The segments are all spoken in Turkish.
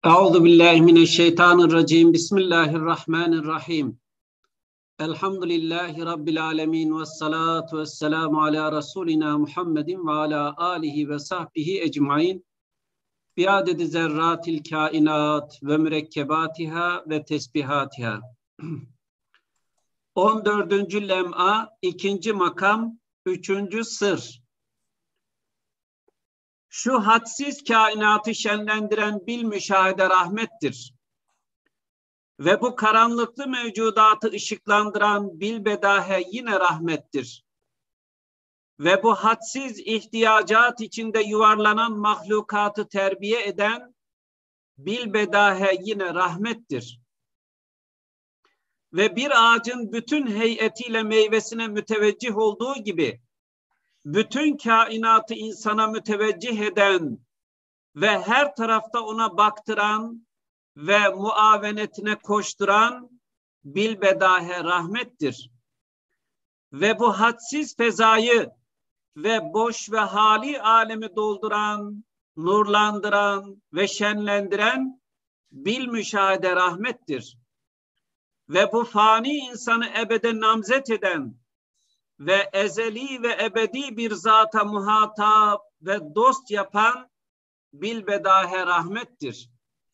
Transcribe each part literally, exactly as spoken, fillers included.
Euzu billahi mineşşeytanirracim. Bismillahirrahmanirrahim. Elhamdülillahi rabbil alamin ve salatu vesselamu ala rasulina Muhammedin ve ala alihi ve sahbihi ecmaîn. Bi adedi zerratil kainat ve mürekkebatiha ve tesbihatiha. on dördüncü lem'a, ikinci makam, üçüncü sır. Şu hadsiz kainatı şenlendiren bil müşahede rahmettir. Ve bu karanlıklı mevcudatı ışıklandıran bil bedahe yine rahmettir. Ve bu hadsiz ihtiyacat içinde yuvarlanan mahlukatı terbiye eden bil bedahe yine rahmettir. Ve bir ağacın bütün heyetiyle meyvesine müteveccih olduğu gibi bütün kainatı insana müteveccih eden ve her tarafta ona baktıran ve muavenetine koşturan bilbedahe rahmettir. Ve bu hadsiz fezayı ve boş ve hali alemi dolduran, nurlandıran ve şenlendiren bilmüşahede rahmettir. Ve bu fani insanı ebede namzet eden ve ezeli ve ebedi bir zata muhatap ve dost yapan bilbedahe rahmettir.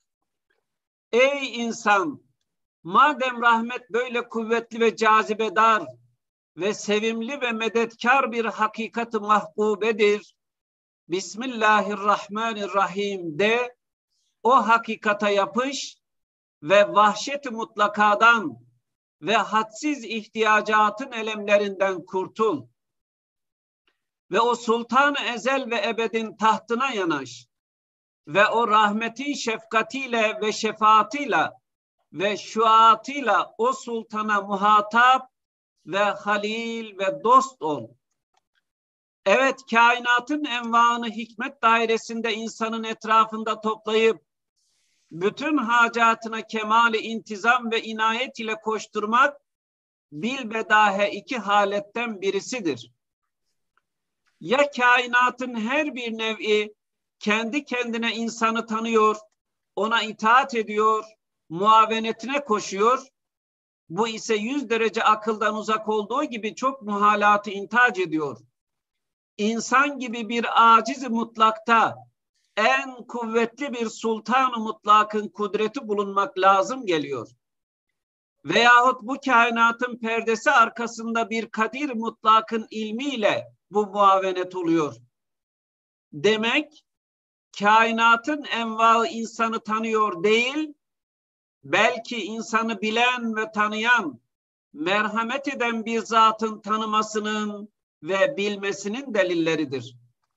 Ey insan! Madem rahmet böyle kuvvetli ve cazibedar ve sevimli ve medetkar bir hakikat-ı mahbubedir, Bismillahirrahmanirrahim de, o hakikata yapış ve vahşet-i mutlakadan ve hadsiz ihtiyacatın elemlerinden kurtul. Ve o sultan-ı ezel ve ebedin tahtına yanaş. Ve o rahmetin şefkatiyle ve şefaatiyle ve şuatıyla o sultana muhatap ve halil ve dost ol. Evet, kainatın envanı hikmet dairesinde insanın etrafında toplayıp bütün hacatına kemali intizam ve inayet ile koşturmak bilbedahe iki haletten birisidir. Ya kainatın her bir nev'i kendi kendine insanı tanıyor, ona itaat ediyor, muavenetine koşuyor. Bu ise yüz derece akıldan uzak olduğu gibi çok muhalatı intac ediyor. İnsan gibi bir aciz-i mutlakta en kuvvetli bir sultan-ı mutlakın kudreti bulunmak lazım geliyor. Veyahut bu kainatın perdesi arkasında bir kadir mutlakın ilmiyle bu muavenet oluyor. Demek kainatın envaı insanı tanıyor değil, belki insanı bilen ve tanıyan, merhamet eden bir zatın tanımasının ve bilmesinin delilleridir.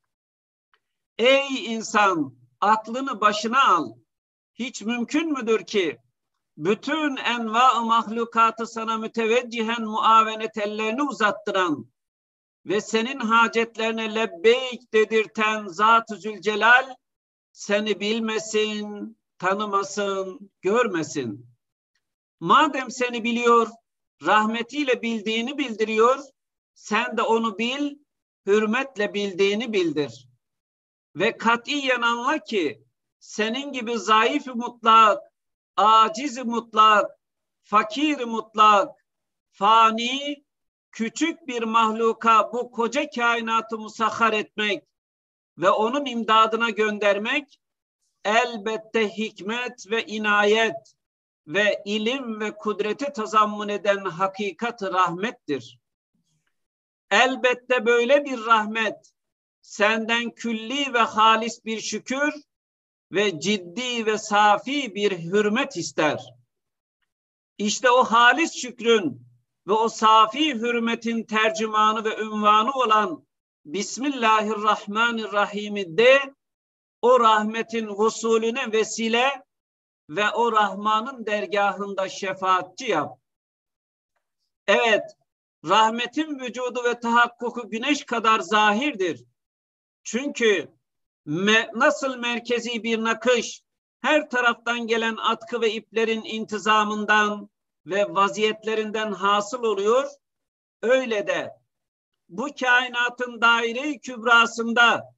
Ey insan, aklını başına al. Hiç mümkün müdür ki bütün enva-ı mahlukatı sana müteveccihen muavenet ellerini uzattıran ve senin hacetlerine lebbeyk dedirten Zat-ı Zülcelal seni bilmesin, tanımasın, görmesin. Madem seni biliyor, rahmetiyle bildiğini bildiriyor, sen de onu bil, hürmetle bildiğini bildir. Ve katiyen anla ki senin gibi zayıf-ı mutlak, aciz-i mutlak, fakir-i mutlak, fani, küçük bir mahluka bu koca kainatı musahhar etmek ve onun imdadına göndermek elbette hikmet ve inayet ve ilim ve kudreti tazammun eden hakikat-ı rahmettir. Elbette böyle bir rahmet senden külli ve halis bir şükür ve ciddi ve safi bir hürmet ister. İşte o halis şükrün ve o safi hürmetin tercümanı ve ünvanı olan Bismillahirrahmanirrahim'i de o rahmetin husulüne vesile ve o Rahman'ın dergahında şefaatçi yap. Evet, rahmetin vücudu ve tahakkuku güneş kadar zahirdir. Çünkü me nasıl merkezi bir nakış her taraftan gelen atkı ve iplerin intizamından ve vaziyetlerinden hasıl oluyor, öyle de bu kainatın daire-i kübrasında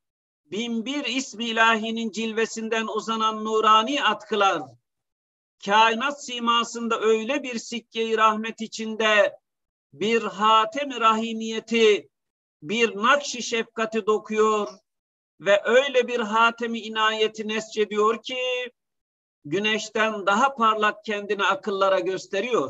binbir ismi ilahinin cilvesinden uzanan nurani atkılar, kainat simasında öyle bir sikke-i rahmet içinde bir hatem-i rahimiyeti, bir nakş-ı şefkati dokuyor ve öyle bir hatem-i inayeti nescediyor ki güneşten daha parlak kendini akıllara gösteriyor.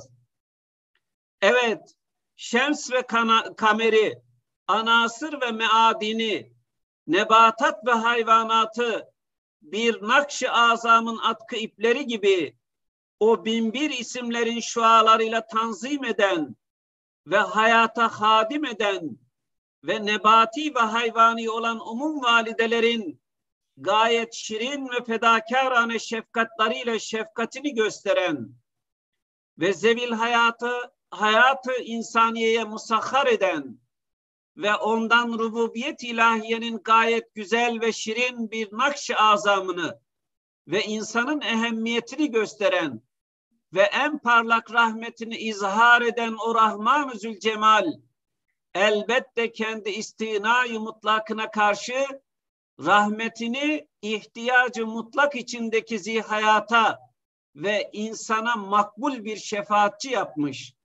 Evet, şems ve kana, kameri, anasır ve meadini, nebatat ve hayvanatı bir nakş-ı azamın atkı ipleri gibi o binbir isimlerin şualarıyla tanzim eden ve hayata hadim eden ve nebati ve hayvani olan umum validelerin gayet şirin ve fedakârane şefkatleriyle şefkatini gösteren ve zevil hayatı hayatı insaniyeye musahhar eden ve ondan rububiyet ilahiyenin gayet güzel ve şirin bir nakş-ı azamını ve insanın ehemmiyetini gösteren ve en parlak rahmetini izhar eden o Rahman-ı Zülcemal elbette kendi istinayı mutlakına karşı rahmetini ihtiyacı mutlak içindeki zihayata ve insana makbul bir şefaatçi yapmış.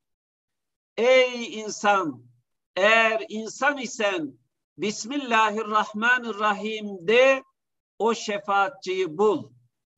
Ey insan, eğer insan isen Bismillahirrahmanirrahim de o şefaatçiyi bul.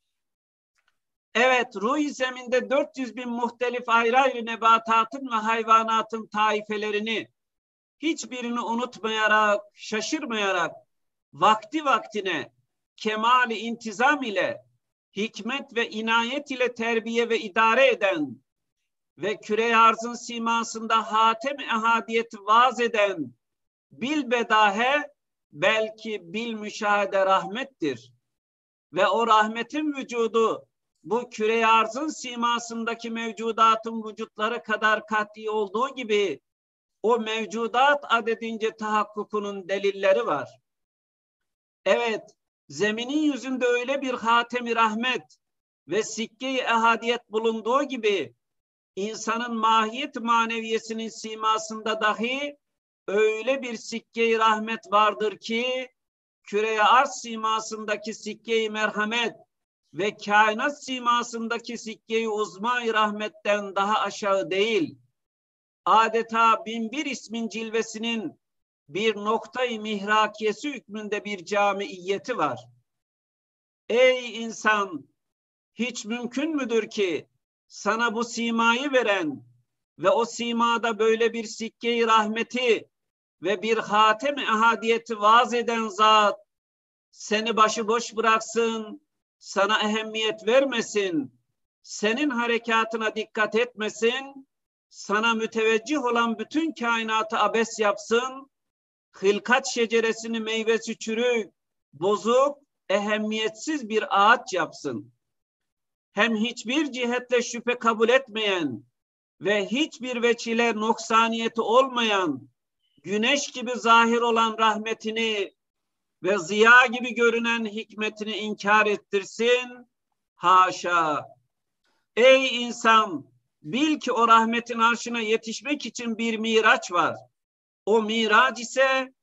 Evet, ruh-i zeminde dört yüz bin muhtelif ayrı ayrı nebatatın ve hayvanatın taifelerini hiçbirini unutmayarak, şaşırmayarak vakti vaktine kemali intizam ile hikmet ve inayet ile terbiye ve idare eden ve küre-i arzın simasında hatem-i ehadiyeti vaaz eden bilbedahe belki bil müşahede rahmettir. Ve o rahmetin vücudu bu küre-i arzın simasındaki mevcudatın vücutları kadar kat'i olduğu gibi o mevcudat adedince tahakkukunun delilleri var. Evet, zeminin yüzünde öyle bir hatem-i rahmet ve sikke-i ehadiyet bulunduğu gibi insanın mahiyet maneviyesinin simasında dahi öyle bir sikke-i rahmet vardır ki küre-i arz simasındaki sikke-i merhamet ve kainat simasındaki sikke-i uzma-i rahmetten daha aşağı değil. Adeta binbir ismin cilvesinin bir noktayı mihrakiyesi hükmünde bir camiiyeti var. Ey insan, hiç mümkün müdür ki sana bu simayı veren ve o simada böyle bir sikke-i rahmeti ve bir hatem-i ehadiyeti vaaz eden zat seni başıboş bıraksın, sana ehemmiyet vermesin, senin harekatına dikkat etmesin, sana müteveccih olan bütün kainatı abes yapsın, hılkat şeceresini meyvesi çürük, bozuk, ehemmiyetsiz bir ağaç yapsın. Hem hiçbir cihetle şüphe kabul etmeyen ve hiçbir veçile noksaniyeti olmayan, güneş gibi zahir olan rahmetini ve ziya gibi görünen hikmetini inkar ettirsin. Haşa! Ey insan! Bil ki o rahmetin arşına yetişmek için bir miraç var. O miraç ise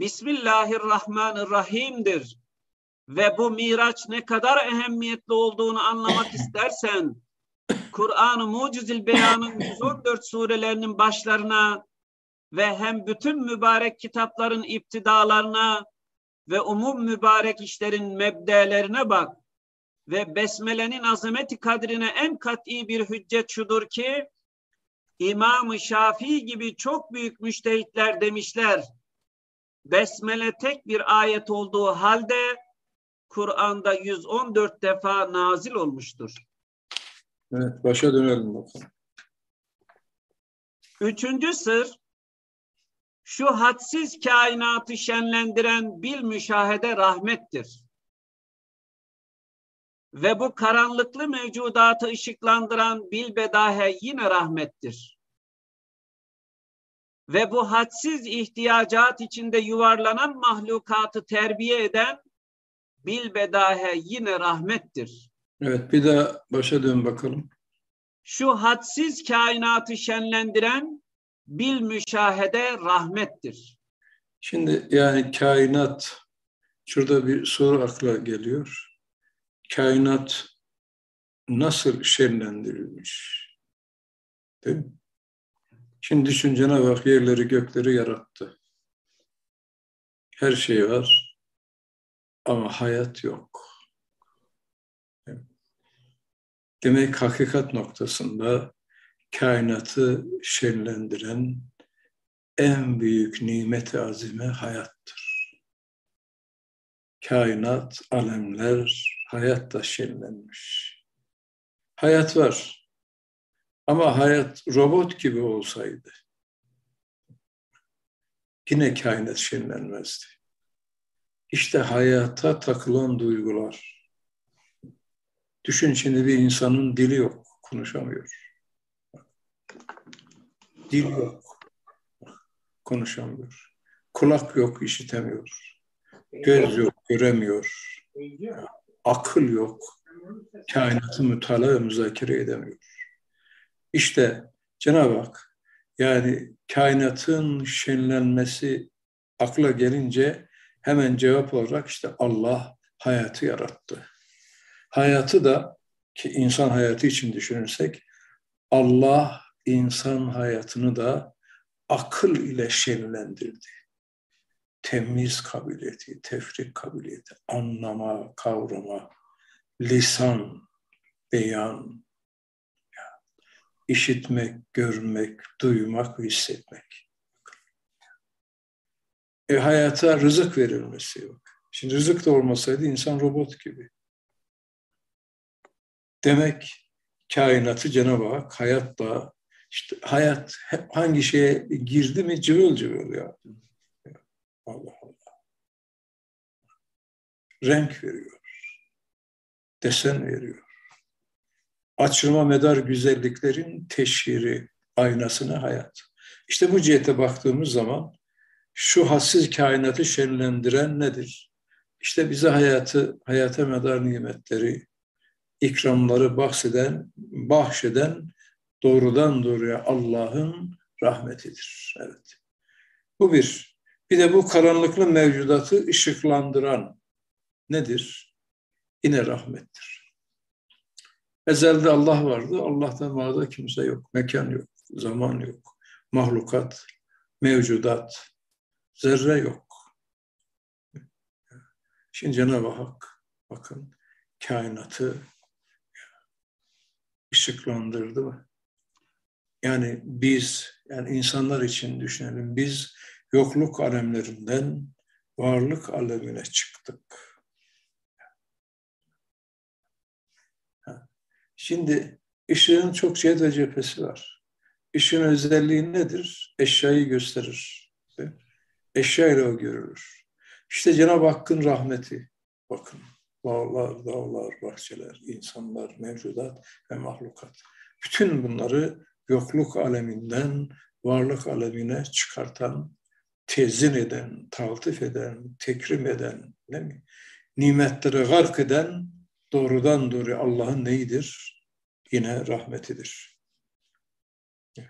Bismillahirrahmanirrahim'dir. Ve bu miraç ne kadar ehemmiyetli olduğunu anlamak istersen, Kur'an-ı Mucizül Beyan'ın yüz on dört surelerinin başlarına ve hem bütün mübarek kitapların iptidalarına ve umum mübarek işlerin mebdelerine bak. Ve Besmele'nin azameti kadrine en kat'i bir hüccet şudur ki, İmam-ı Şafii gibi çok büyük müştehitler demişler, Besmele tek bir ayet olduğu halde Kur'an'da yüz on dört defa nazil olmuştur. Evet, başa dönelim bakalım. Üçüncü sır, şu hadsiz kainatı şenlendiren bil müşahede rahmettir. Ve bu karanlıklı mevcudatı ışıklandıran bilbedahe yine rahmettir. Ve bu hadsiz ihtiyacat içinde yuvarlanan mahlukatı terbiye eden bilbedahe yine rahmettir. Evet, bir daha başa dön bakalım. Şu hadsiz kainatı şenlendiren bil müşahede rahmettir. Şimdi yani kainat Şurada bir soru akla geliyor. Kainat nasıl şenlendirilmiş? Değil mi? Şimdi düşün, Cenab-ı Hak yerleri gökleri yarattı. Her şey var ama hayat yok. Demek hakikat noktasında kainatı şenlendiren en büyük nimet-i azime hayattır. Kainat, alemler hayatla şenlenmiş. Hayat var ama hayat robot gibi olsaydı yine kainat şenlenmezdi. İşte hayata takılan duygular. Düşün, şimdi bir insanın dili yok, konuşamıyor. Dil yok, konuşamıyor. Kulak yok, işitemiyor. Göz yok, göremiyor. Akıl yok, kainatı mütalaa ve müzakere edemiyor. İşte Cenab-ı Hak, yani kainatın şenlenmesi akla gelince hemen cevap olarak işte Allah hayatı yarattı. Hayatı da, ki insan hayatı için düşünürsek, Allah insan hayatını da akıl ile şenlendirdi. Temiz kabiliyeti, tefrik kabiliyeti, anlama, kavrama, lisan, beyan, işitmek, görmek, duymak ve hissetmek. E, hayata rızık verilmesi yok. Şimdi rızık da olmasaydı insan robot gibi. Demek kainatı Cenab-ı Hak hayatla, işte hayat hangi şeye girdi mi cıvıl cıvıl ya. Allah Allah. Renk veriyor. Desen veriyor. Açılma medar güzelliklerin teşhiri, aynasına hayat. İşte bu cihete baktığımız zaman şu hadsiz kainatı şenlendiren nedir? İşte bize hayatı, hayata medar nimetleri, ikramları bahseden, bahşeden doğrudan doğruya Allah'ın rahmetidir. Evet. Bu bir. Bir de bu karanlıklı mevcudatı ışıklandıran nedir? Yine rahmettir. Ezelde Allah vardı, Allah'tan mağda kimse yok. Mekan yok, zaman yok, mahlukat, mevcudat, zerre yok. Şimdi Cenab-ı Hak, bakın, kainatı ışıklandırdı mı? Yani biz, yani insanlar için düşünelim, biz yokluk alemlerinden varlık alemine çıktık. Şimdi ışığın çok cihet ve cephesi var. Işığın özelliği nedir? Eşyayı gösterir. Eşya ile o görülür. İşte Cenab-ı Hakk'ın rahmeti. Bakın, bağlar, dağlar, bahçeler, insanlar, mevcudat ve mahlukat. Bütün bunları yokluk aleminden varlık alemine çıkartan, tezin eden, taltif eden, tekrim eden, değil mi? Nimetleri gark eden doğrudan doğruya Allah'ın neyidir? Yine rahmetidir. Evet.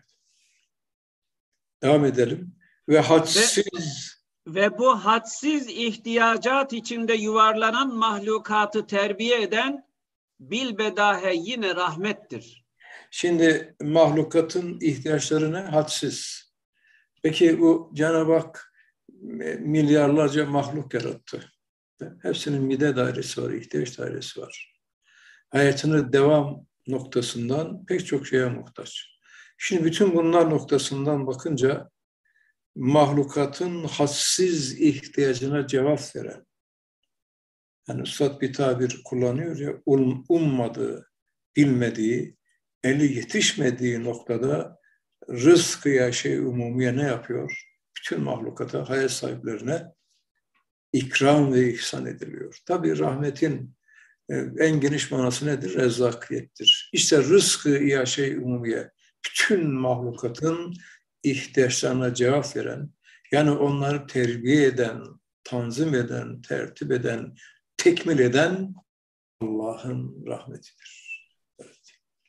Devam edelim. Ve hadsiz ve, ve bu hadsiz ihtiyacat içinde yuvarlanan mahlukatı terbiye eden bilbedahe yine rahmettir. Şimdi mahlukatın ihtiyaçları ne? Hadsiz. Peki bu Cenab-ı Hak milyarlarca mahluk yarattı. Hepsinin mide dairesi var, ihtiyaç dairesi var. Hayatını devam noktasından pek çok şeye muhtaç. Şimdi bütün bunlar noktasından bakınca mahlukatın hadsiz ihtiyacına cevap veren, yani Üstad bir tabir kullanıyor ya, um, ummadığı, bilmediği, eli yetişmediği noktada rızkıya şey umumiye ne yapıyor? Bütün mahlukata, hayat sahiplerine ikram ve ihsan ediliyor. Tabii rahmetin en geniş manası nedir? Rezzakiyettir. İşte rızkı ya şey umumiye, bütün mahlukatın ihtiyaçlarına cevap veren, yani onları terbiye eden, tanzim eden, tertip eden, tekmil eden Allah'ın rahmetidir. Evet.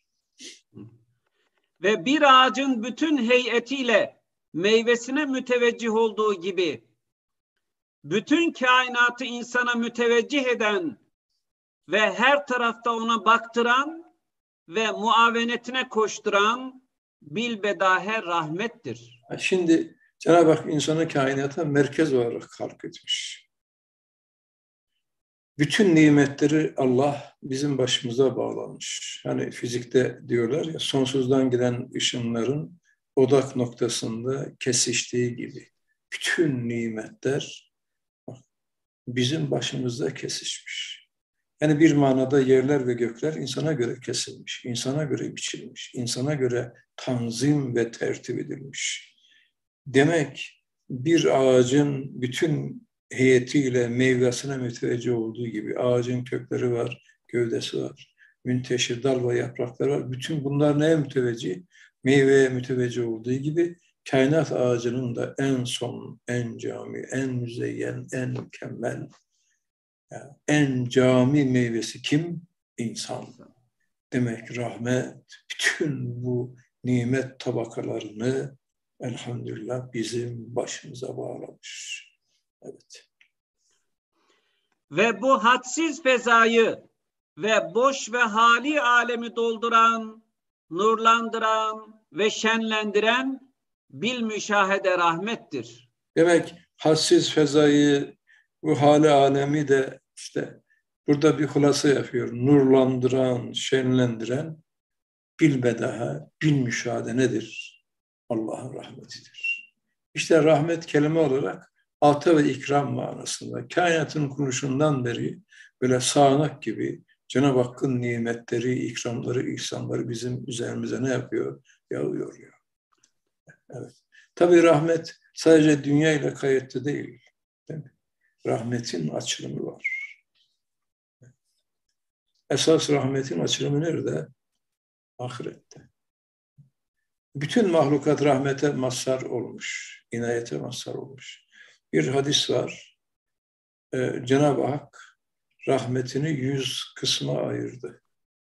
Ve bir ağacın bütün heyetiyle meyvesine müteveccih olduğu gibi bütün kainatı insana müteveccih eden ve her tarafta ona baktıran ve muavenetine koşturan bilbedahe rahmettir. Şimdi Cenab-ı Hak insanı kainata merkez olarak halk etmiş. Bütün nimetleri Allah bizim başımıza bağlamış. Hani fizikte diyorlar ya, sonsuzdan giden ışınların odak noktasında kesiştiği gibi. Bütün nimetler bizim başımızda kesişmiş. Yani bir manada yerler ve gökler insana göre kesilmiş, insana göre biçilmiş, insana göre tanzim ve tertip edilmiş. Demek bir ağacın bütün heyetiyle meyvesine müteveccih olduğu gibi ağacın kökleri var, gövdesi var, münteşir dal ve yaprakları var. Bütün bunlar neye müteveccih? Meyveye müteveccih olduğu gibi kainat ağacının da en son, en cami, en müzeyyen, en mükemmel, yani en cami meyvesi kim? İnsan. Demek rahmet bütün bu nimet tabakalarını elhamdülillah bizim başımıza bağlamış. Evet. Ve bu hadsiz fezayı ve boş ve hali alemi dolduran, nurlandıran ve şenlendiren bil müşahede rahmettir. Demek hadsiz fezayı, bu hali alemi de işte burada bir hulasa yapıyor. Nurlandıran, şenlendiren bilbedaha, bil müşahede nedir? Allah'ın rahmetidir. İşte rahmet kelime olarak ata ve ikram manasında. Kainatın kuruluşundan beri böyle sağanak gibi Cenab-ı Hakk'ın nimetleri, ikramları, ihsanları bizim üzerimize ne yapıyor? Yağıyor ya. Evet. Tabii rahmet sadece dünya ile kayıtlı değil. Değil mi? Rahmetin açılımı var. Esas rahmetin açılımı nerede? Ahirette. Bütün mahlukat rahmete mazhar olmuş, inayete mazhar olmuş. Bir hadis var, ee, Cenab-ı Hak rahmetini yüz kısma ayırdı.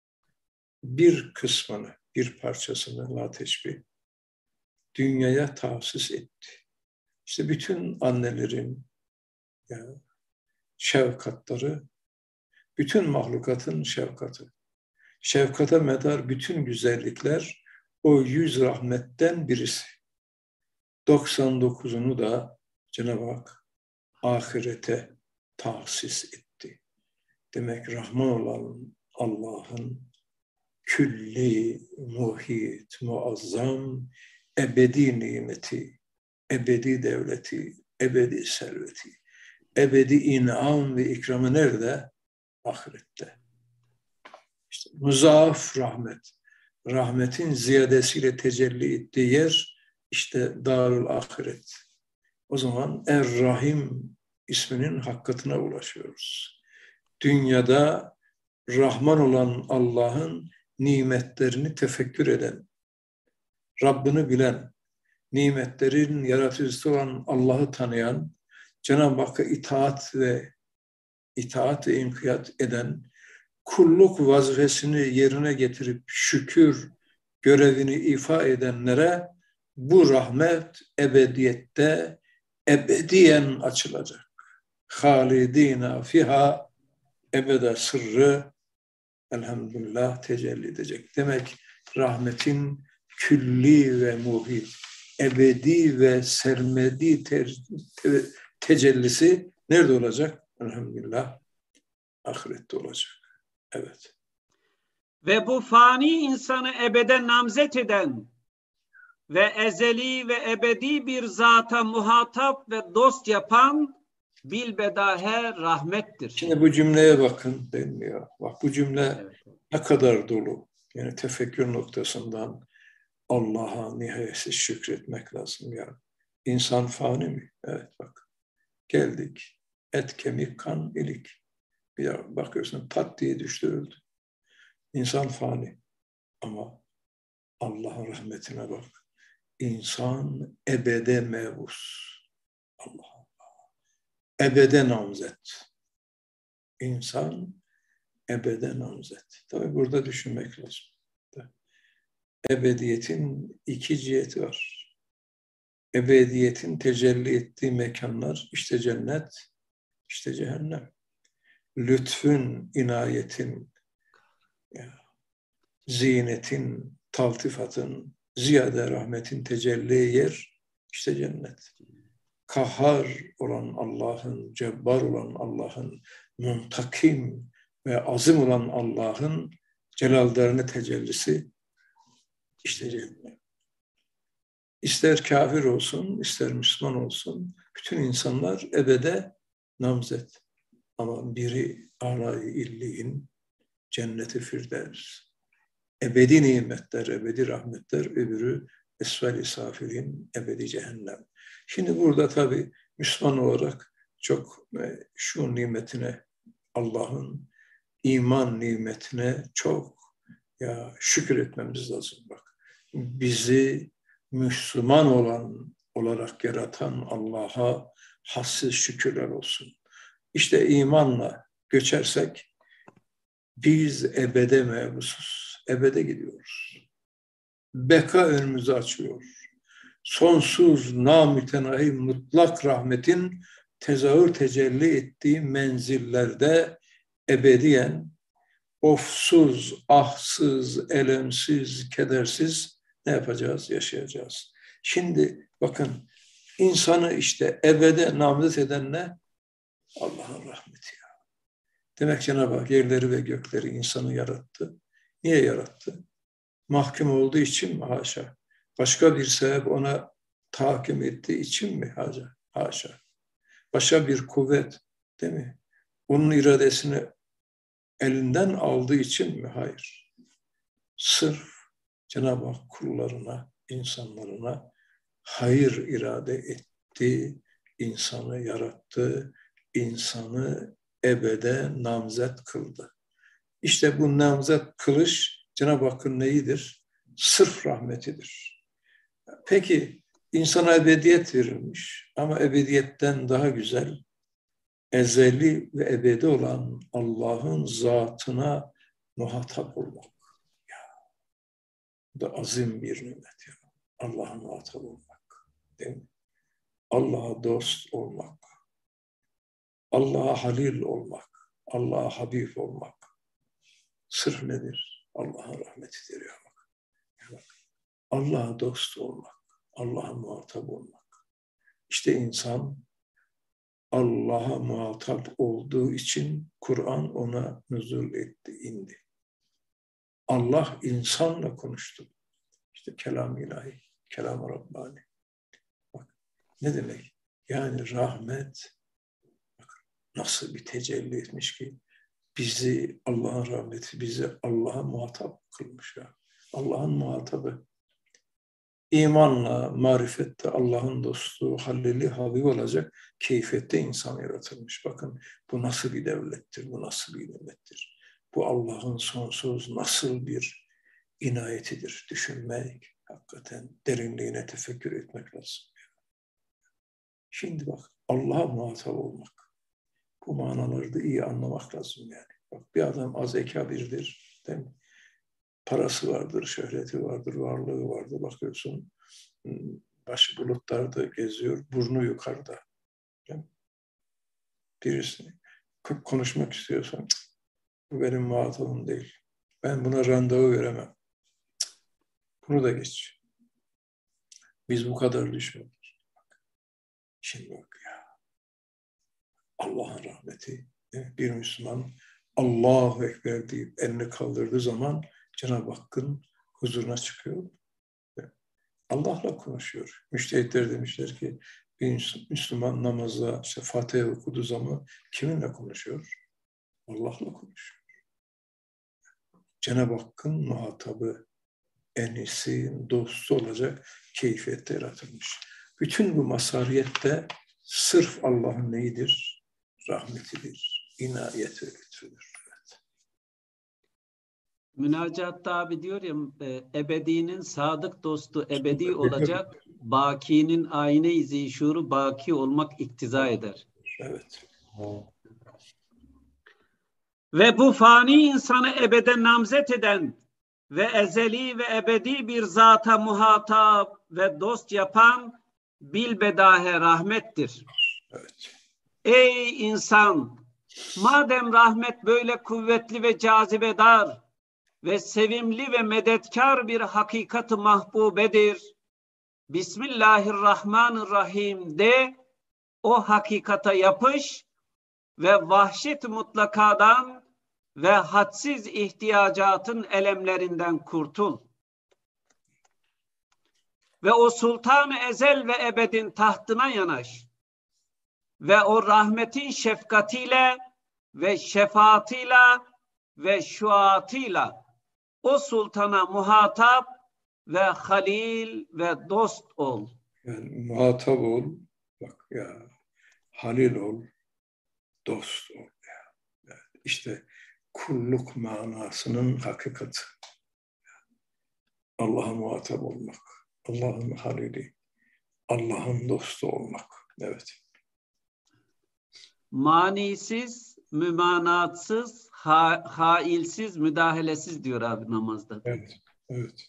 Bir kısmını, bir parçasını la teşbih, dünyaya tahsis etti. İşte bütün annelerin ya, şefkatları, bütün mahlukatın şefkati. Şefkate medar bütün güzellikler o yüz rahmetten birisi. doksan dokuzunu da Cenab-ı Hak ahirete tahsis etti. Demek Rahman olan Allah'ın külli, muhit, muazzam, ebedi nimeti, ebedi devleti, ebedi serveti, ebedi inam ve ikramı nerede? Ahirette. İşte muzaaf rahmet, rahmetin ziyadesiyle tecelli ettiği yer işte Darul Ahiret. O zaman Er-Rahim isminin hakikatine ulaşıyoruz. Dünyada Rahman olan Allah'ın nimetlerini tefekkür eden, Rabbini bilen, nimetlerin yaratıcısı olan Allah'ı tanıyan, Cenab-ı Hakk'a itaat ve itaat ve inkiyat eden, kulluk vazifesini yerine getirip şükür görevini ifa edenlere bu rahmet ebediyette ebediyen açılacak. Halidina fiha ebede sırrı elhamdülillah tecelli edecek. Demek rahmetin külli ve muhit, ebedi ve sermedi te te tecellisi nerede olacak? Elhamdülillah ahirette olacak. Evet. Ve bu fani insanı ebede namzet eden ve ezeli ve ebedi bir zata muhatap ve dost yapan bilbedahe rahmettir. Şimdi bu cümleye bakın deniliyor. Bak bu cümle evet. Ne kadar dolu. Yani tefekkür noktasından Allah'a nihayetsiz şükretmek lazım ya. İnsan fani mi? Evet bak. Geldik. Et, kemik, kan, ilik. Bir bakıyorsun pat diye düştü öldü. İnsan fani. Ama Allah'ın rahmetine bak. İnsan ebede mevus. Allah Allah. Ebede namzet. İnsan ebede namzet. Tabii burada düşünmek lazım. Ebediyetin iki ciheti var. Ebediyetin tecelli ettiği mekanlar işte cennet, İşte cehennem. Lütfün, inayetin, ya, zinetin, taltifatın, ziyade rahmetin tecelli yer, işte cennet. Kahhar olan Allah'ın, cebbar olan Allah'ın, muntakim ve azim olan Allah'ın celallerine tecellisi, işte cennet. İster kafir olsun, ister Müslüman olsun, bütün insanlar ebede namzet. Ama biri âlâ-i illiğin, cenneti firdevs. Ebedi nimetler, ebedi rahmetler, öbürü esvel-i safilin, ebedi cehennem. Şimdi burada tabii Müslüman olarak çok şu nimetine, Allah'ın iman nimetine çok ya şükür etmemiz lazım. Bak, bizi Müslüman olan olarak yaratan Allah'a hassiz şükürler olsun. İşte imanla göçersek biz ebede mebusuz, ebede gidiyoruz. Beka önümüzü açıyor. Sonsuz, namütenahi, mutlak rahmetin tezahür tecelli ettiği menzillerde ebediyen ofsuz, ahsız, elemsiz, kedersiz ne yapacağız? Yaşayacağız. Şimdi bakın, insanı işte ebede namzet eden ne? Allah'ın rahmeti ya. Demek Cenab-ı Hak yerleri ve gökleri, insanı yarattı. Niye yarattı? Mahkum olduğu için mi? Haşa. Başka bir sebep ona tahakküm ettiği için mi? Haşa. Haşa. Başka bir kuvvet, değil mi? Onun iradesini elinden aldığı için mi? Hayır. Sırf Cenab-ı Hak kullarına, insanlarına hayır irade etti, insanı yarattı, insanı ebede namzet kıldı. İşte bu namzet kılış Cenab-ı Hakk'ın neyidir? Sırf rahmetidir. Peki insana ebediyet verilmiş ama ebediyetten daha güzel, ezeli ve ebedi olan Allah'ın zatına muhatap olmak. Ya, bu da azim bir nimet ya. Allah'a muhatap olmak. Değil mi? Allah'a dost olmak. Allah'a halil olmak. Allah'a habib olmak. Sırf nedir? Allah'ın rahmetidir ya bak. bak. Allah'a dost olmak. Allah'a muhatap olmak. İşte insan Allah'a muhatap olduğu için Kur'an ona nüzul etti, indi. Allah insanla konuştu. İşte kelam ilahi, kelam Rabbani. Bak ne demek? Yani rahmet bak, nasıl bir tecelli etmiş ki bizi Allah'ın rahmeti bizi Allah'a muhatap kılmış ya. Allah'ın muhatabı. İmanla, marifette Allah'ın dostu, halili, habib olacak keyfiyette insan yaratılmış. Bakın bu nasıl bir devlettir, bu nasıl bir nimettir. Bu Allah'ın sonsuz nasıl bir inayetidir. Düşünmek, hakikaten derinliğine tefekkür etmek lazım. Şimdi bak Allah'a muhatap olmak. Bu manaları da iyi anlamak lazım yani. Bak bir adam az ekabirdir, değil mi? Parası vardır, şöhreti vardır, varlığı vardır. Bakıyorsun başı bulutlarda geziyor, burnu yukarıda. Yani birisini konuşmak istiyorsan bu benim muhatabım değil. Ben buna randevu veremem. Bunu da geç. Biz bu kadar düşmüyoruz. Şimdi bak ya. Allah'ın rahmeti. Bir Müslüman Allahu Ekber deyip elini kaldırdığı zaman Cenab-ı Hakk'ın huzuruna çıkıyor. Allah'la konuşuyor. Müştehitler demişler ki bir Müslüman namazda işte Fatiha okuduğu zaman kiminle konuşuyor? Allah'la konuşuyor. Cenab-ı Hakk'ın muhatabı, enisi, dostu olacak keyfiyette yaratılmış. Bütün bu mazhariyette sırf Allah'ın neyidir? Rahmetidir, inayet ve lütfudur. Münacatta abi diyor ya ebedinin sadık dostu ebedi olacak, bakinin ayne-i zişuru baki olmak iktiza eder. Evet. Ve bu fani insanı ebede namzet eden ve ezeli ve ebedi bir zata muhatap ve dost yapan bilbedahe rahmettir. Evet. Ey insan! Madem rahmet böyle kuvvetli ve cazibedar ve sevimli ve medetkar bir hakikat-ı mahbubedir, Bismillahirrahmanirrahim de, o hakikata yapış ve vahşet mutlakadan ve hadsiz ihtiyacatın elemlerinden kurtul. Ve o sultan-ı ezel ve ebedin tahtına yanaş. Ve o rahmetin şefkatiyle ve şefaatiyle ve şuatıyla o sultana muhatap ve halil ve dost ol. Yani muhatap ol, bak ya, halil ol, dost ol. Ya. Yani işte kulluk manasının hakikati. Allah'a muhatap olmak, Allah'ın halili, Allah'ın dostu olmak. Evet. Manisiz, mümanatsız, ha, hailsiz, müdahalesiz diyor abi namazda. Evet, evet.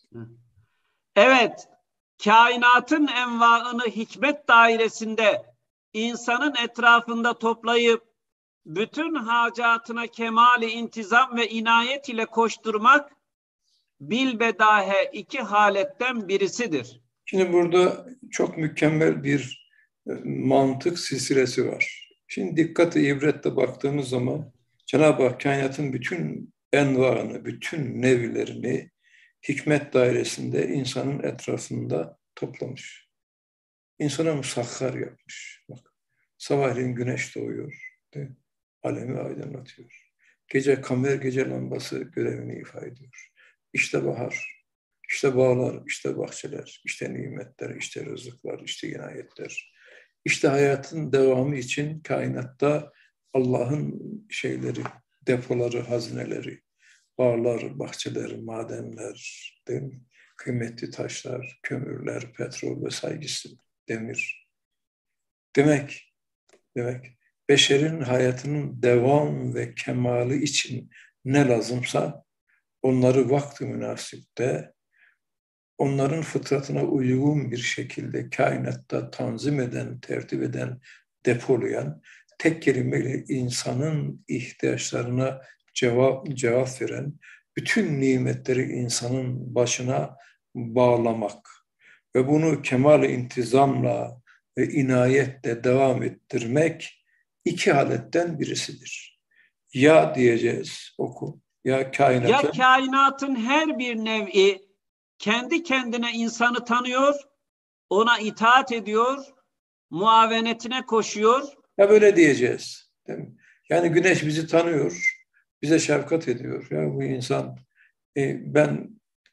Evet, kainatın envaını hikmet dairesinde insanın etrafında toplayıp bütün hacatına kemali intizam ve inayet ile koşturmak bilbedahe iki haletten birisidir. Şimdi burada çok mükemmel bir mantık silsilesi var. Şimdi dikkate ibretle baktığımız zaman Cenab-ı Hak kainatın bütün envaını, bütün nevlerini hikmet dairesinde insanın etrafında toplamış. İnsana musahhar yapmış. Bak, sabahleyin güneş doğuyor, değil mi? Alemi aydınlatıyor. Gece kamer, gece lambası görevini ifade ediyor. İşte bahar, işte bağlar, işte bahçeler, işte nimetler, işte rızıklar, işte inayetler. İşte hayatın devamı için kainatta Allah'ın şeyleri, depoları, hazineleri, bağlar, bahçeler, madenler, değil mi? Kıymetli taşlar, kömürler, petrol ve saygısı, demir. Demek, demek beşerin hayatının devam ve kemali için ne lazımsa onları vakti münasipte, onların fıtratına uygun bir şekilde kainatta tanzim eden, tertip eden, depolayan, tek kelimeyle insanın ihtiyaçlarına cevap, cevap veren, bütün nimetleri insanın başına bağlamak ve bunu kemal-i intizamla ve inayetle devam ettirmek iki haletten birisidir. Ya diyeceğiz, oku, ya kainatın... Ya kainatın her bir nevi kendi kendine insanı tanıyor, ona itaat ediyor, muavenetine koşuyor. Ya böyle diyeceğiz, değil mi? Yani güneş bizi tanıyor, bize şefkat ediyor. Ya bu insan, e, ben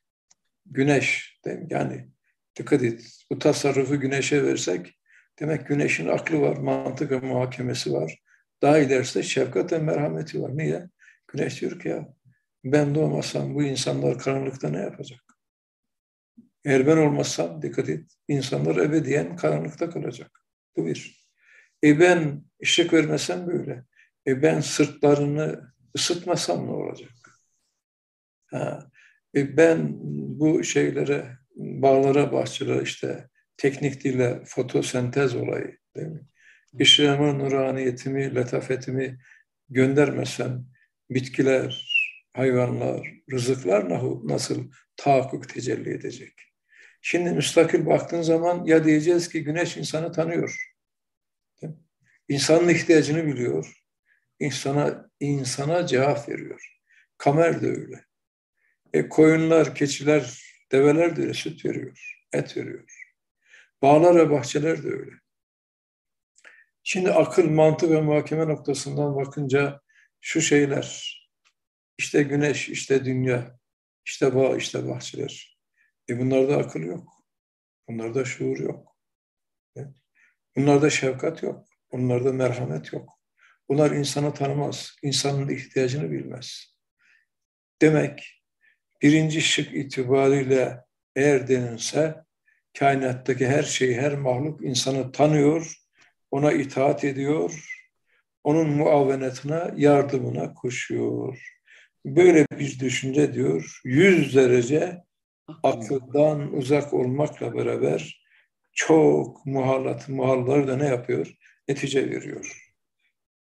güneş, değil mi? Yani dikkat et, bu tasarrufu güneşe versek, demek güneşin aklı var, mantık ve muhakemesi var. Daha ilerisi şefkat ve merhameti var. Niye? Güneş diyor ki ya, ben doğmasam bu insanlar karanlıkta ne yapacak? Eğer ben olmazsam, dikkat et, insanlar ebediyen karanlıkta kalacak. Bu bir. E ben ışık vermesem böyle. E ben sırtlarını ısıtmasam ne olacak? Ha. E ben bu şeylere, bağlara, bahçelere işte teknik dille fotosentez olayı, değil mi? İşrama nuraniyetimi, letafetimi göndermesem bitkiler, hayvanlar, rızıklar nasıl tahakkuk tecelli edecek? Şimdi müstakil baktığın zaman ya diyeceğiz ki güneş insanı tanıyor. İnsanın ihtiyacını biliyor. İnsana, insana cevap veriyor. Kamer de öyle. E, koyunlar, keçiler, develer de öyle süt veriyor, et veriyor. Bağlar ve bahçeler de öyle. Şimdi akıl, mantık ve muhakeme noktasından bakınca şu şeyler, işte güneş, işte dünya, işte bağ, işte bahçeler. E bunlarda akıl yok. Bunlarda şuur yok. Bunlarda şefkat yok. Bunlarda merhamet yok. Bunlar insanı tanımaz. İnsanın ihtiyacını bilmez. Demek birinci şık itibariyle eğer denilse kainattaki her şey, her mahluk insanı tanıyor, ona itaat ediyor, onun muavenetine, yardımına koşuyor. Böyle bir düşünce diyor, yüz derece akıldan uzak olmakla beraber çok muhallat, muhallar da ne yapıyor? Netice veriyor.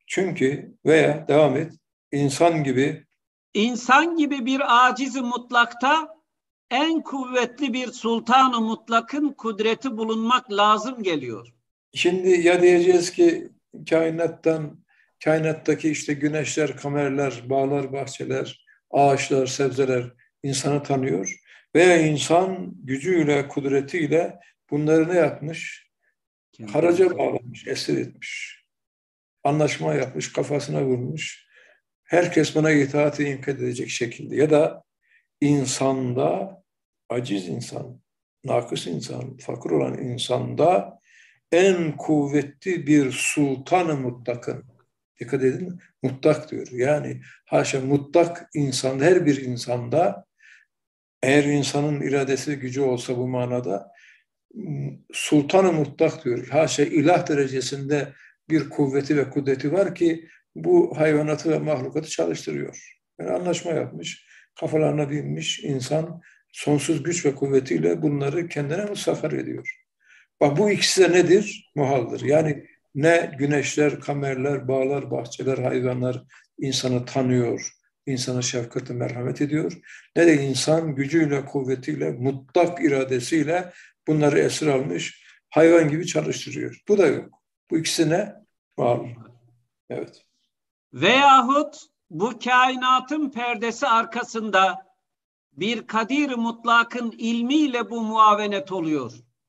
Çünkü veya devam et, insan gibi insan gibi bir aciz-i mutlakta en kuvvetli bir sultan-ı mutlakın kudreti bulunmak lazım geliyor. Şimdi ya diyeceğiz ki kainattan, kainattaki işte güneşler, kamerler, bağlar, bahçeler, ağaçlar, sebzeler insanı tanıyor veya insan gücüyle, kudretiyle bunları ne yapmış? Haraca bağlamış, esir etmiş. Anlaşma yapmış, kafasına vurmuş. Herkes buna itaati imkan edecek şekilde. Ya da insanda, aciz insan, nakıs insan, fakir olan insanda en kuvvetli bir sultan-ı mutlakın, dikkat edin, mutlak diyor. Yani haşa mutlak insan, her bir insanda, eğer insanın iradesi gücü olsa bu manada, sultan-ı mutlak diyor. Haşa ilah derecesinde bir kuvveti ve kudreti var ki bu hayvanatı ve mahlukatı çalıştırıyor. Yani anlaşma yapmış, kafalarına binmiş insan sonsuz güç ve kuvvetiyle bunları kendine musahhar ediyor. Bak bu ikisi de nedir? Muhaldır. Yani ne güneşler, kamerler, bağlar, bahçeler, hayvanlar insanı tanıyor, insana şefkati merhamet ediyor. Ne de insan gücüyle, kuvvetiyle, mutlak iradesiyle bunları esir almış, hayvan gibi çalıştırıyor. Bu da yok. Bu ikisi ne? Muhal. Evet. Veyahut bu kainatın perdesi arkasında bir kadir mutlakın ilmiyle bu muavenet oluyor.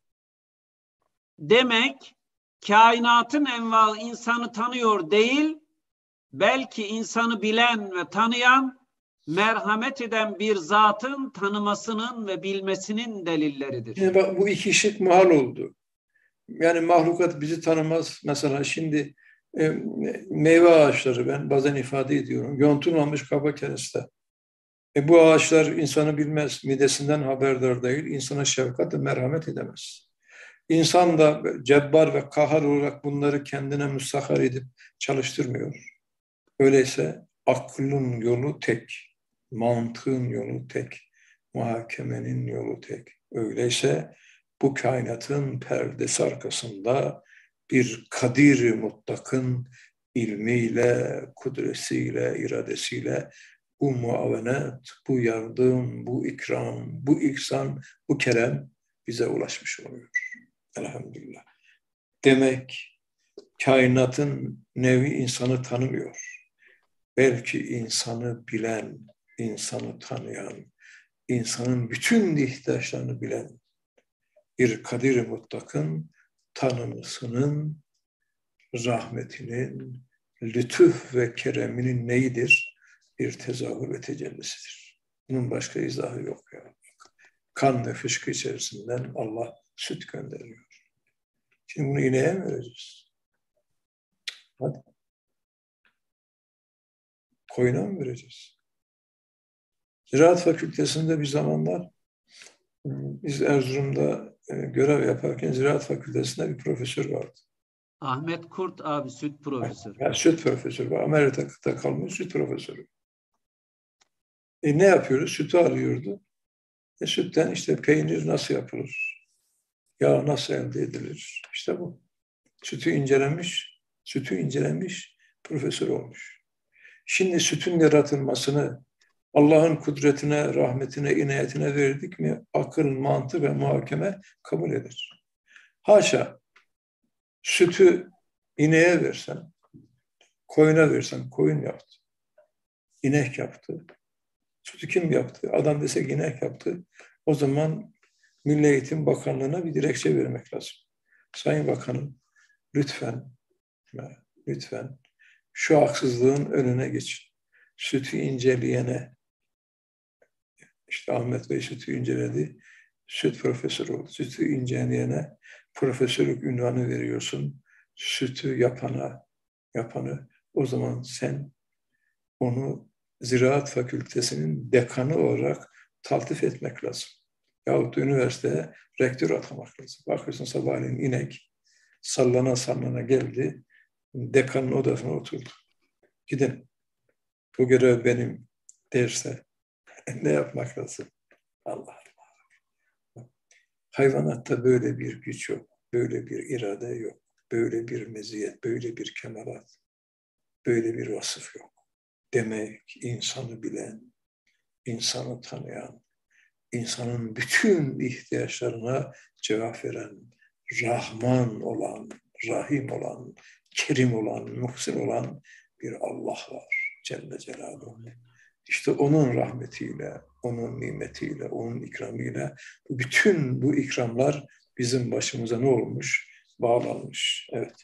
Demek kainatın envaı insanı tanıyor değil, belki insanı bilen ve tanıyan, merhamet eden bir zatın tanımasının ve bilmesinin delilleridir. Şimdi bak bu iki şık muhal oldu. Yani mahlukat bizi tanımaz. Mesela şimdi e, meyve ağaçları ben bazen ifade ediyorum. Yontulmamış kaba kereste. E bu ağaçlar insanı bilmez, midesinden haberdar değil, insana şefkat ve merhamet edemez. İnsan da cebbar ve kahar olarak bunları kendine müstahar edip çalıştırmıyor. Öyleyse aklın yolu tek, mantığın yolu tek, muhakemenin yolu tek. Öyleyse bu kainatın perdesi arkasında bir kadir-i mutlakın ilmiyle, kudresiyle, iradesiyle bu muavenet, bu yardım, bu ikram, bu ihsan, bu kerem bize ulaşmış oluyor. Elhamdülillah. Demek kainatın nevi insanı tanımıyor. Belki insanı bilen, insanı tanıyan, insanın bütün ihtiyaçlarını bilen bir kadir-i mutlakın tanımısının, rahmetinin, lütuf ve kereminin neyidir? Bir tezahür ve tecellisidir. Bunun başka izahı yok ya. Kan ve fışkı içerisinden Allah süt gönderiyor. Şimdi bunu ineğe mi vereceğiz? Hadi. Koyuna mı vereceğiz? Ziraat Fakültesi'nde bir zamanlar biz Erzurum'da görev yaparken Ziraat Fakültesi'nde bir profesör vardı. Ahmet Kurt abi süt profesörü. Yani süt profesörü var. Amerika'da kalmış süt profesörü. E ne yapıyoruz? Sütü arıyordu. E sütten işte peynir nasıl yapılır? Yağ nasıl elde edilir? İşte bu. Sütü incelemiş, sütü incelemiş, profesör olmuş. Şimdi sütün yaratılmasını Allah'ın kudretine, rahmetine, inayetine verdik mi akıl, mantık ve muhakeme kabul eder. Haşa, sütü ineğe versen, koyuna versen, koyun yaptı. İnek yaptı. Sütü kim yaptı? Adam desek inek yaptı. O zaman Milli Eğitim Bakanlığı'na bir dilekçe vermek lazım. Sayın Bakanım, lütfen, lütfen şu haksızlığın önüne geçin. Sütü inceleyene, işte Ahmet Bey sütü inceledi, süt profesörü oldu. Sütü inceleyene profesörlük ünvanı veriyorsun. Sütü yapana, yapanı, o zaman sen onu Ziraat Fakültesi'nin dekanı olarak taltif etmek lazım. Yahut da üniversiteye rektör atamak lazım. Bakıyorsun sabahleyin inek sallana sallana geldi, dekanın odasına oturdu. Gidin, bu görev benim derse ne yapmak lazım? Allah Allah. Hayvanatta böyle bir güç yok, böyle bir irade yok, böyle bir meziyet, böyle bir kemalat. böyle bir vasıf yok. Demek insanı bilen, insanı tanıyan, insanın bütün ihtiyaçlarına cevap veren, Rahman olan, Rahim olan, Kerim olan, Muhsin olan bir Allah var Celle Celaluhu. İşte onun rahmetiyle, onun nimetiyle, onun ikramıyla bütün bu ikramlar bizim başımıza ne olmuş? Bağlanmış. Evet.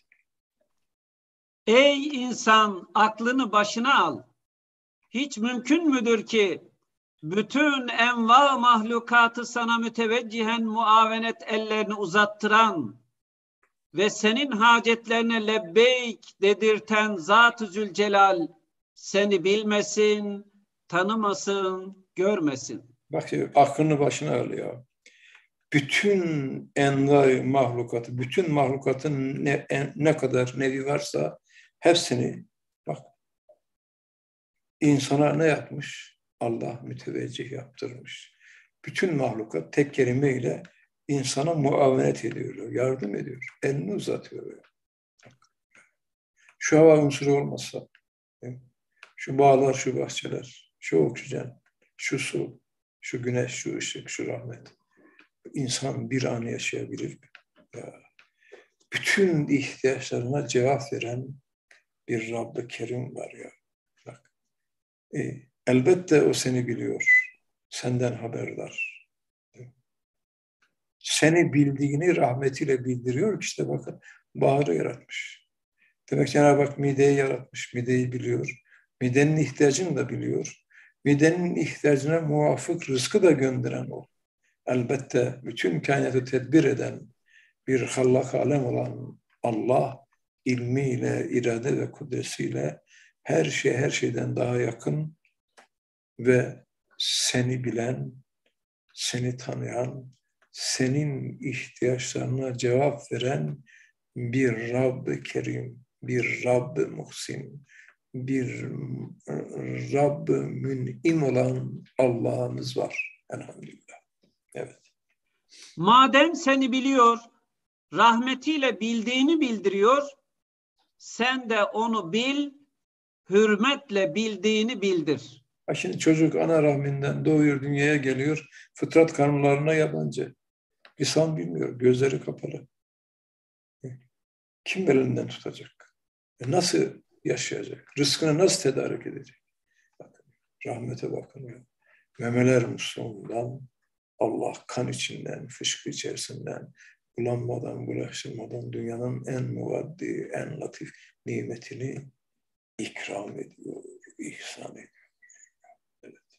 Ey insan, aklını başına al. Hiç mümkün müdür ki bütün enva mahlukatı sana müteveccihen muavenet ellerini uzattıran ve senin hacetlerine lebbeyk dedirten Zat-ı Zülcelal seni bilmesin, tanımasın, görmesin. Bak aklını başına al ya. Bütün enva mahlukatı, bütün mahlukatın ne, en, ne kadar nevi varsa hepsini bak insana ne yapmış? Allah müteveccih yaptırmış. Bütün mahlukat tek kelimeyle insana muavenet ediyor, yardım ediyor, elini uzatıyor. Şu hava unsuru olmasa, şu bağlar, şu bahçeler, şu oksijen, şu su, şu güneş, şu ışık, şu rahmet. İnsan bir an yaşayabilir mi? Ya, bütün ihtiyaçlarına cevap veren bir Rabb-ı Kerim var ya. Bak, e, elbette o seni biliyor, senden haberdar. Seni bildiğini rahmetiyle bildiriyor. İşte bakın baharı yaratmış. Demek Cenab-ı Hak mideyi yaratmış, mideyi biliyor. Midenin ihtiyacını da biliyor. Midenin ihtiyacına muvafık rızkı da gönderen o. Elbette bütün kainatı tedbir eden bir hallak alem olan Allah ilmiyle, irade ve kudretiyle her şey her şeyden daha yakın ve seni bilen, seni tanıyan, senin ihtiyaçlarına cevap veren bir Rabb-ı Kerim, bir Rabb-ı Muhsin, bir Rabb-ı Mün'im olan Allah'ımız var. Elhamdülillah. Evet. Madem seni biliyor, rahmetiyle bildiğini bildiriyor, sen de onu bil, hürmetle bildiğini bildir. Ha şimdi çocuk ana rahminden doğuyor, dünyaya geliyor, fıtrat kanunlarına yabancı. Lisan bilmiyor, gözleri kapalı. Kim elinden tutacak? E nasıl yaşayacak? Rızkını nasıl tedarik edecek? Bakın, rahmete bakın ya. Memeler musluğundan, Allah kan içinden, fışkı içerisinden, bulanmadan, bulaşılmadan dünyanın en muvaddi, en latif nimetini ikram ediyor, ihsan ediyor. Evet.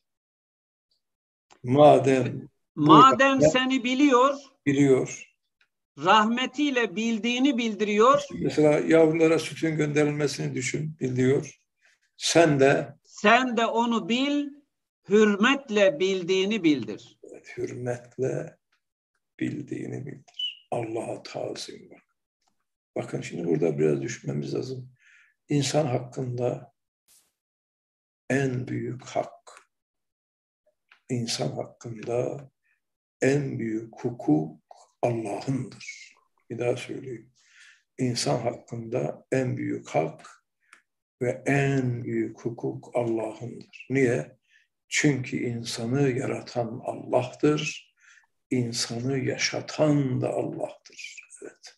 Madem Madem seni biliyor, biliyor, rahmetiyle bildiğini bildiriyor. mesela yavrulara sütün gönderilmesini düşün, biliyor. Sen de sen de onu bil, hürmetle bildiğini bildir. Evet, hürmetle bildiğini bildir. Allah'a tazim bak. Bakın şimdi burada biraz düşmemiz lazım. İnsan hakkında en büyük hak, insan hakkında en büyük hukuk Allah'ındır. Bir daha söyleyeyim. İnsan hakkında en büyük hak ve en büyük hukuk Allah'ındır. Niye? Çünkü insanı yaratan Allah'tır. İnsanı yaşatan da Allah'tır. Evet.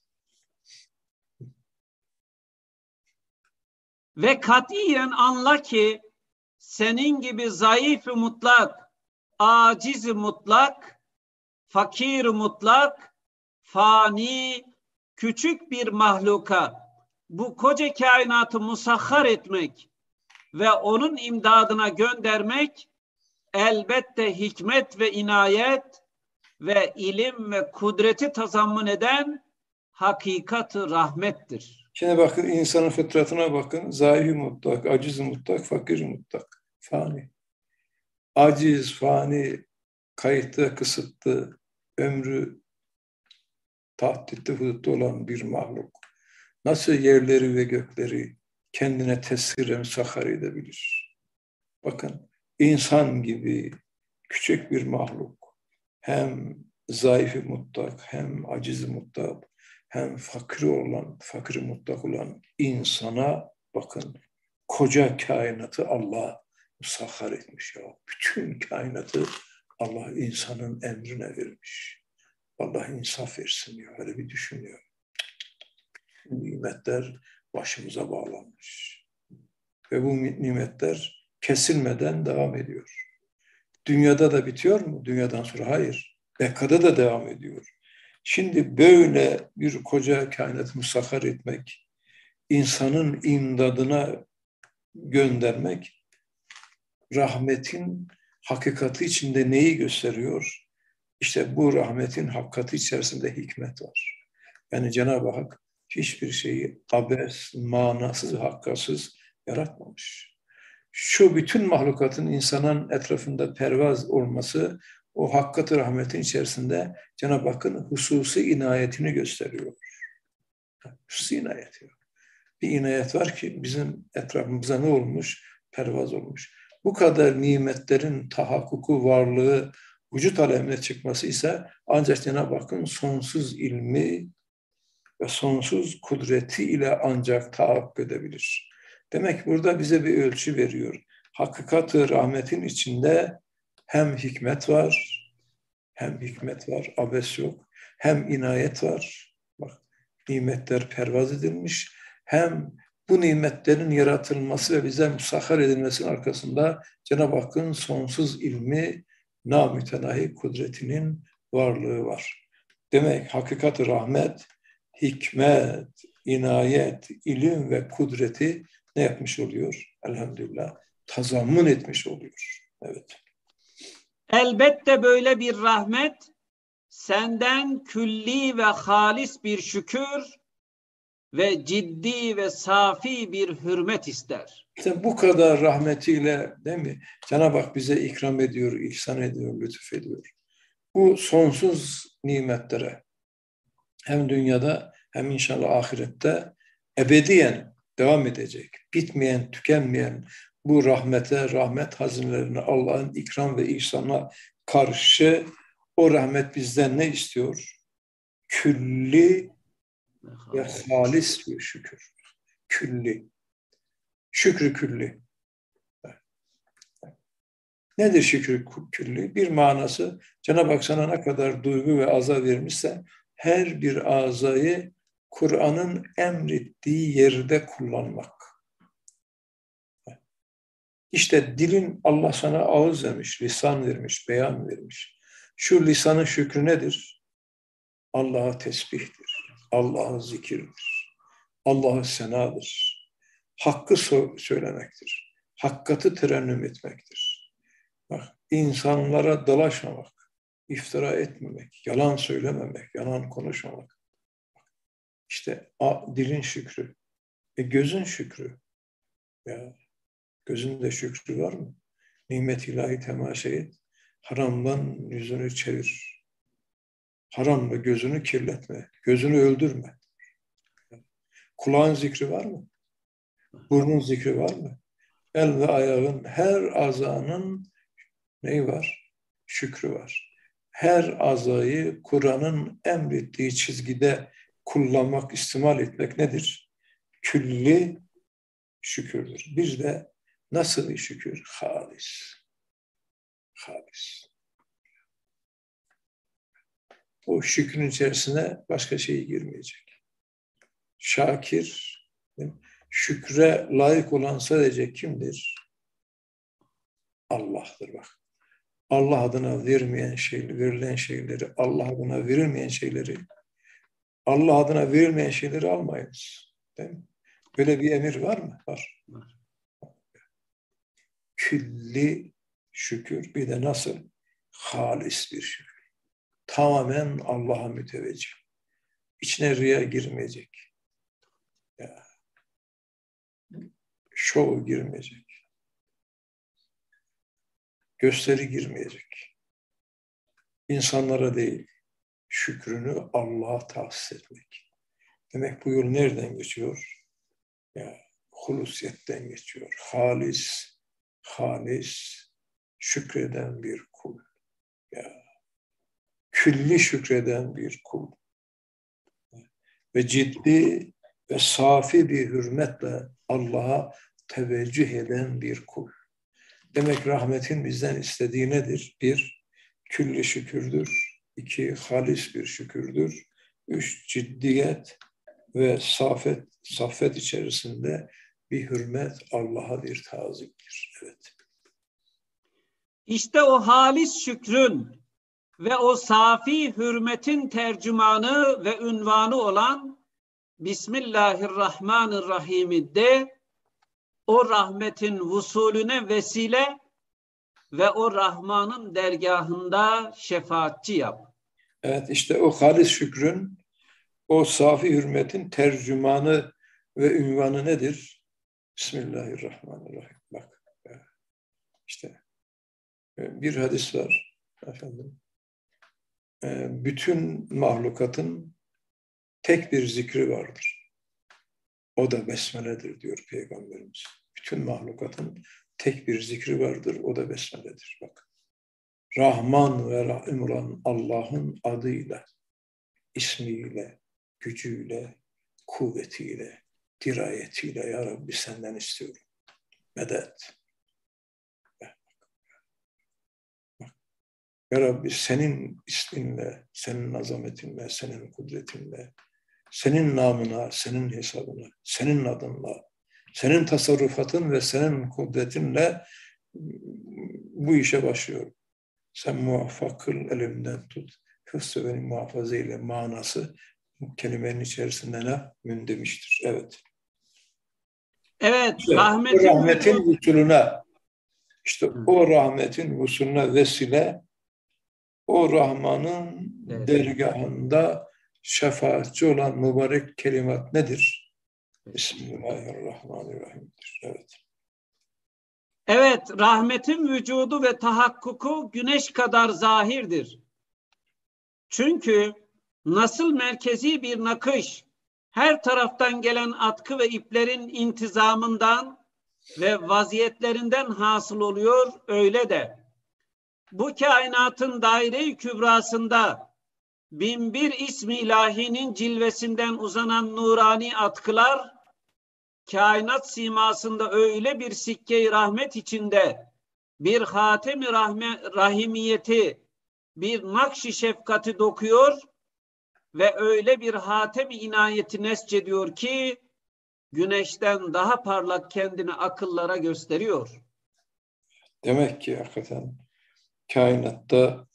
Ve katiyen anla ki senin gibi zayıf mutlak, aciz mutlak, fakir mutlak, fani, küçük bir mahluka bu koca kainatı musahhar etmek ve onun imdadına göndermek elbette hikmet ve inayet ve ilim ve kudreti tazammun eden hakikat-ı rahmettir. Şimdi bakın insanın fıtratına bakın. Zahir mutlak, aciz mutlak, fakir mutlak, fani. Aciz, fani, kayıtlı, kısıtlı, ömrü tahditli, hudutta olan bir mahluk nasıl yerleri ve gökleri kendine tesir müsahhar edebilir? Bakın insan gibi küçük bir mahluk hem zayıf mutlak hem aciz mutlak hem fakir olan, fakir mutlak olan insana bakın koca kainatı Allah musahhar etmiş ya. Bütün kainatı Allah insanın emrine vermiş. Allah insaf versin ya. Öyle bir düşünüyor. Nimetler başımıza bağlanmış. Ve bu nimetler kesilmeden devam ediyor. Dünyada da bitiyor mu? Dünyadan sonra hayır. Bekada da devam ediyor. Şimdi böyle bir koca kainatı musahhar etmek, insanın imdadına göndermek, rahmetin hakikati içinde neyi gösteriyor? İşte bu rahmetin hakikati içerisinde hikmet var. Yani Cenab-ı Hak hiçbir şeyi abes, manasız, hakkatsız yaratmamış. Şu bütün mahlukatın insanın etrafında pervaz olması, o hakkat-ı rahmetin içerisinde Cenab-ı Hakk'ın hususi inayetini gösteriyor. Hususi inayeti. Bir inayet var ki bizim etrafımıza ne olmuş? Pervaz olmuş. Bu kadar nimetlerin tahakkuku, varlığı, vücut alemine çıkması ise ancak Cenab-ı Hakk'ın sonsuz ilmi ve sonsuz kudreti ile ancak tahakkuk edebilir. Demek burada bize bir ölçü veriyor. Hakikat-ı rahmetin içinde hem hikmet var, hem hikmet var, abes yok. Hem inayet var, bak nimetler pervaz edilmiş. Hem bu nimetlerin yaratılması ve bize musahhar edilmesinin arkasında Cenab-ı Hakk'ın sonsuz ilmi, namütenahi kudretinin varlığı var. Demek hakikat-ı rahmet, hikmet, inayet, ilim ve kudreti ne yapmış oluyor? Elhamdülillah tazammun etmiş oluyor. Evet. Elbette böyle bir rahmet senden külli ve halis bir şükür ve ciddi ve safi bir hürmet ister. İşte bu kadar rahmetiyle değil mi? Cenab-ı Hak bize ikram ediyor, ihsan ediyor, lütuf ediyor. Bu sonsuz nimetlere hem dünyada hem inşallah ahirette ebediyen devam edecek. Bitmeyen, tükenmeyen bu rahmete, rahmet hazinelerine, Allah'ın ikram ve ihsanına karşı o rahmet bizden ne istiyor? Külli ve halis bir şükür. Külli. Şükrü külli. Nedir şükrü külli? Bir manası Cenab-ı Hak sana ne kadar duygu ve aza vermişse her bir azayı Kur'an'ın emrettiği yerde kullanmak. İşte dilin Allah sana ağız vermiş, lisan vermiş, beyan vermiş. Şu lisanın şükrü nedir? Allah'a tesbihtir, Allah'a zikirdir, Allah'a senadır, hakkı söylemektir, hakikati terennüm etmektir. Bak, insanlara dalaşmamak, iftira etmemek, yalan söylememek, yalan konuşmamak. İşte dilin şükrü, e gözün şükrü. Ya gözünde şükrü var mı? Nimet ilahi temaşa et, haramdan yüzünü çevir. Haramla gözünü kirletme, gözünü öldürme. Kulağın zikri var mı? Burnun zikri var mı? El ve ayağın, her azanın neyi var? Şükrü var. Her azayı Kur'an'ın emrettiği çizgide kullanmak, istimal etmek nedir? Külli şükürdür. Bir de nasıl bir şükür? Halis. Halis. O şükrün içerisine başka şey girmeyecek. Şakir, şükre layık olan sadece kimdir? Allah'tır bak. Allah adına vermeyen şeyleri, verilen şeyleri, Allah adına verilmeyen şeyleri, Allah adına verilmeyen şeyleri almayınız. Değil mi? Böyle bir emir var mı? Var. Külli şükür. Bir de nasıl? Halis bir şükür. Tamamen Allah'a müteveccih. İçine riya girmeyecek. Ya. Şov girmeyecek. Gösteri girmeyecek. İnsanlara değil, şükrünü Allah'a tahsis etmek. Demek bu yol nereden geçiyor? Ya, hulusiyetten geçiyor. Halis, halis, şükreden bir kul. Ya, külli şükreden bir kul. Ve ciddi ve safi bir hürmetle Allah'a teveccüh eden bir kul. Demek rahmetin bizden istediği nedir? Bir, külli şükürdür. İki, halis bir şükürdür. Üç, ciddiyet ve safet, saffet içerisinde bir hürmet, Allah'a bir tazimdir. Evet. İşte o halis şükrün ve o safi hürmetin tercümanı ve ünvanı olan Bismillahirrahmanirrahim'i de o rahmetin vusulüne vesile ve o Rahman'ın dergahında şefaatçi yap. Evet, işte o halis şükrün, o safi hürmetin tercümanı ve ünvanı nedir? Bismillahirrahmanirrahim. Bak, işte bir hadis var efendim. Bütün mahlukatın tek bir zikri vardır. O da besmeledir diyor Peygamberimiz. Bütün mahlukatın tek bir zikri vardır. O da besmeledir. Bak. Rahman ve Rahim olan Allah'ın adıyla, ismiyle, gücüyle, kuvvetiyle, dirayetiyle ya Rabbi senden istiyorum. Medet. Ya Rabbi senin isminle, senin azametinle, senin kudretinle, senin namına, senin hesabına, senin adınla, senin tasarrufatın ve senin kudretinle bu işe başlıyorum. Sen muvaffak kıl, elimden tut. Hıfzı beni muhafaza ile manası bu kelimenin içerisinde ne? Mündemiştir. Evet. Evet. İşte rahmetin, o rahmetin vusulüne, işte o rahmetin vusulüne vesile, o Rahman'ın evet. dergahında şefaatçi olan mübarek kelimat nedir? Evet. Bismillahirrahmanirrahim'dir. Evet. Evet, rahmetin vücudu ve tahakkuku güneş kadar zahirdir. Çünkü nasıl merkezi bir nakış, her taraftan gelen atkı ve iplerin intizamından ve vaziyetlerinden hasıl oluyor, öyle de bu kainatın daire-i kübrasında binbir ismi ilahinin cilvesinden uzanan nurani atkılar, kainat simasında öyle bir sikke-i rahmet içinde bir hatem-i rahme, rahimiyeti, bir nakş-i şefkati dokuyor ve öyle bir hatem-i inayeti nescediyor ki güneşten daha parlak kendini akıllara gösteriyor. Demek ki hakikaten kainatta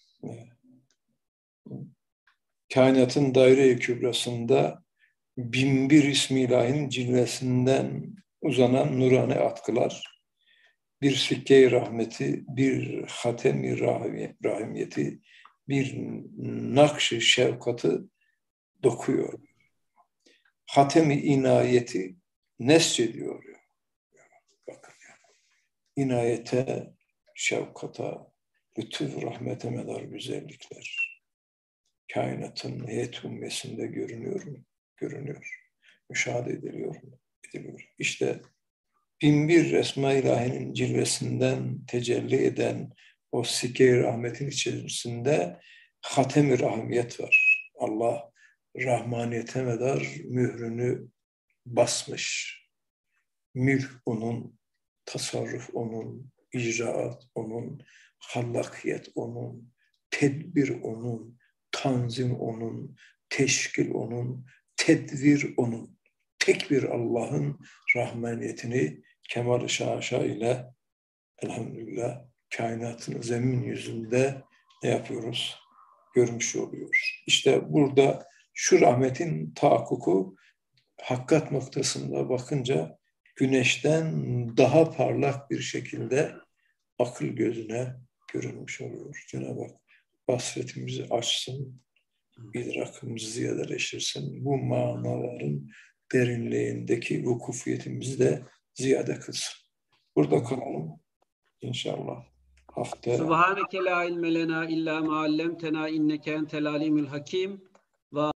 kainatın daire-i kübrasında binbir ismi ilahinin cilvesinden uzanan nurani atkılar, bir sikke-i rahmeti, bir hatem-i rahimiyeti, bir nakş-ı şefkatı dokuyor. Hatem-i inayeti nescediyor. Bakın yani. İnayete, şefkata, lütuf, rahmete medar güzellikler kainatın heyet ümmesinde görünüyor mu? Görünüyor. Müşahede ediliyor mu? Ediliyor. İşte binbir Esma-i İlahi'nin cilvesinden tecelli eden o sikke-i rahmetin içerisinde hatem-i rahmiyet var. Allah rahmaniyete medar mührünü basmış. Mülk onun, tasarruf onun, icraat onun, hallakiyet onun, tedbir onun, tanzim onun, teşkil onun, tedvir onun. Tek bir Allah'ın rahmaniyetini kemal-i şaşa ile elhamdülillah kainatın zemin yüzünde ne yapıyoruz? Görmüş oluyoruz. İşte burada şu rahmetin tahakkuku hakikat noktasında bakınca güneşten daha parlak bir şekilde akıl gözüne görünmüş oluyor. Cenab-ı Hak basiretimizi açsın, idrakımızı ziyadeleştirsin. Bu manaların derinliğindeki vukufiyetimizi de ziyade kılsın. Burada kalalım inşallah. Haftaya. Subhaneke la ilme lena illa ma allamtena inneke entel alimul hakim.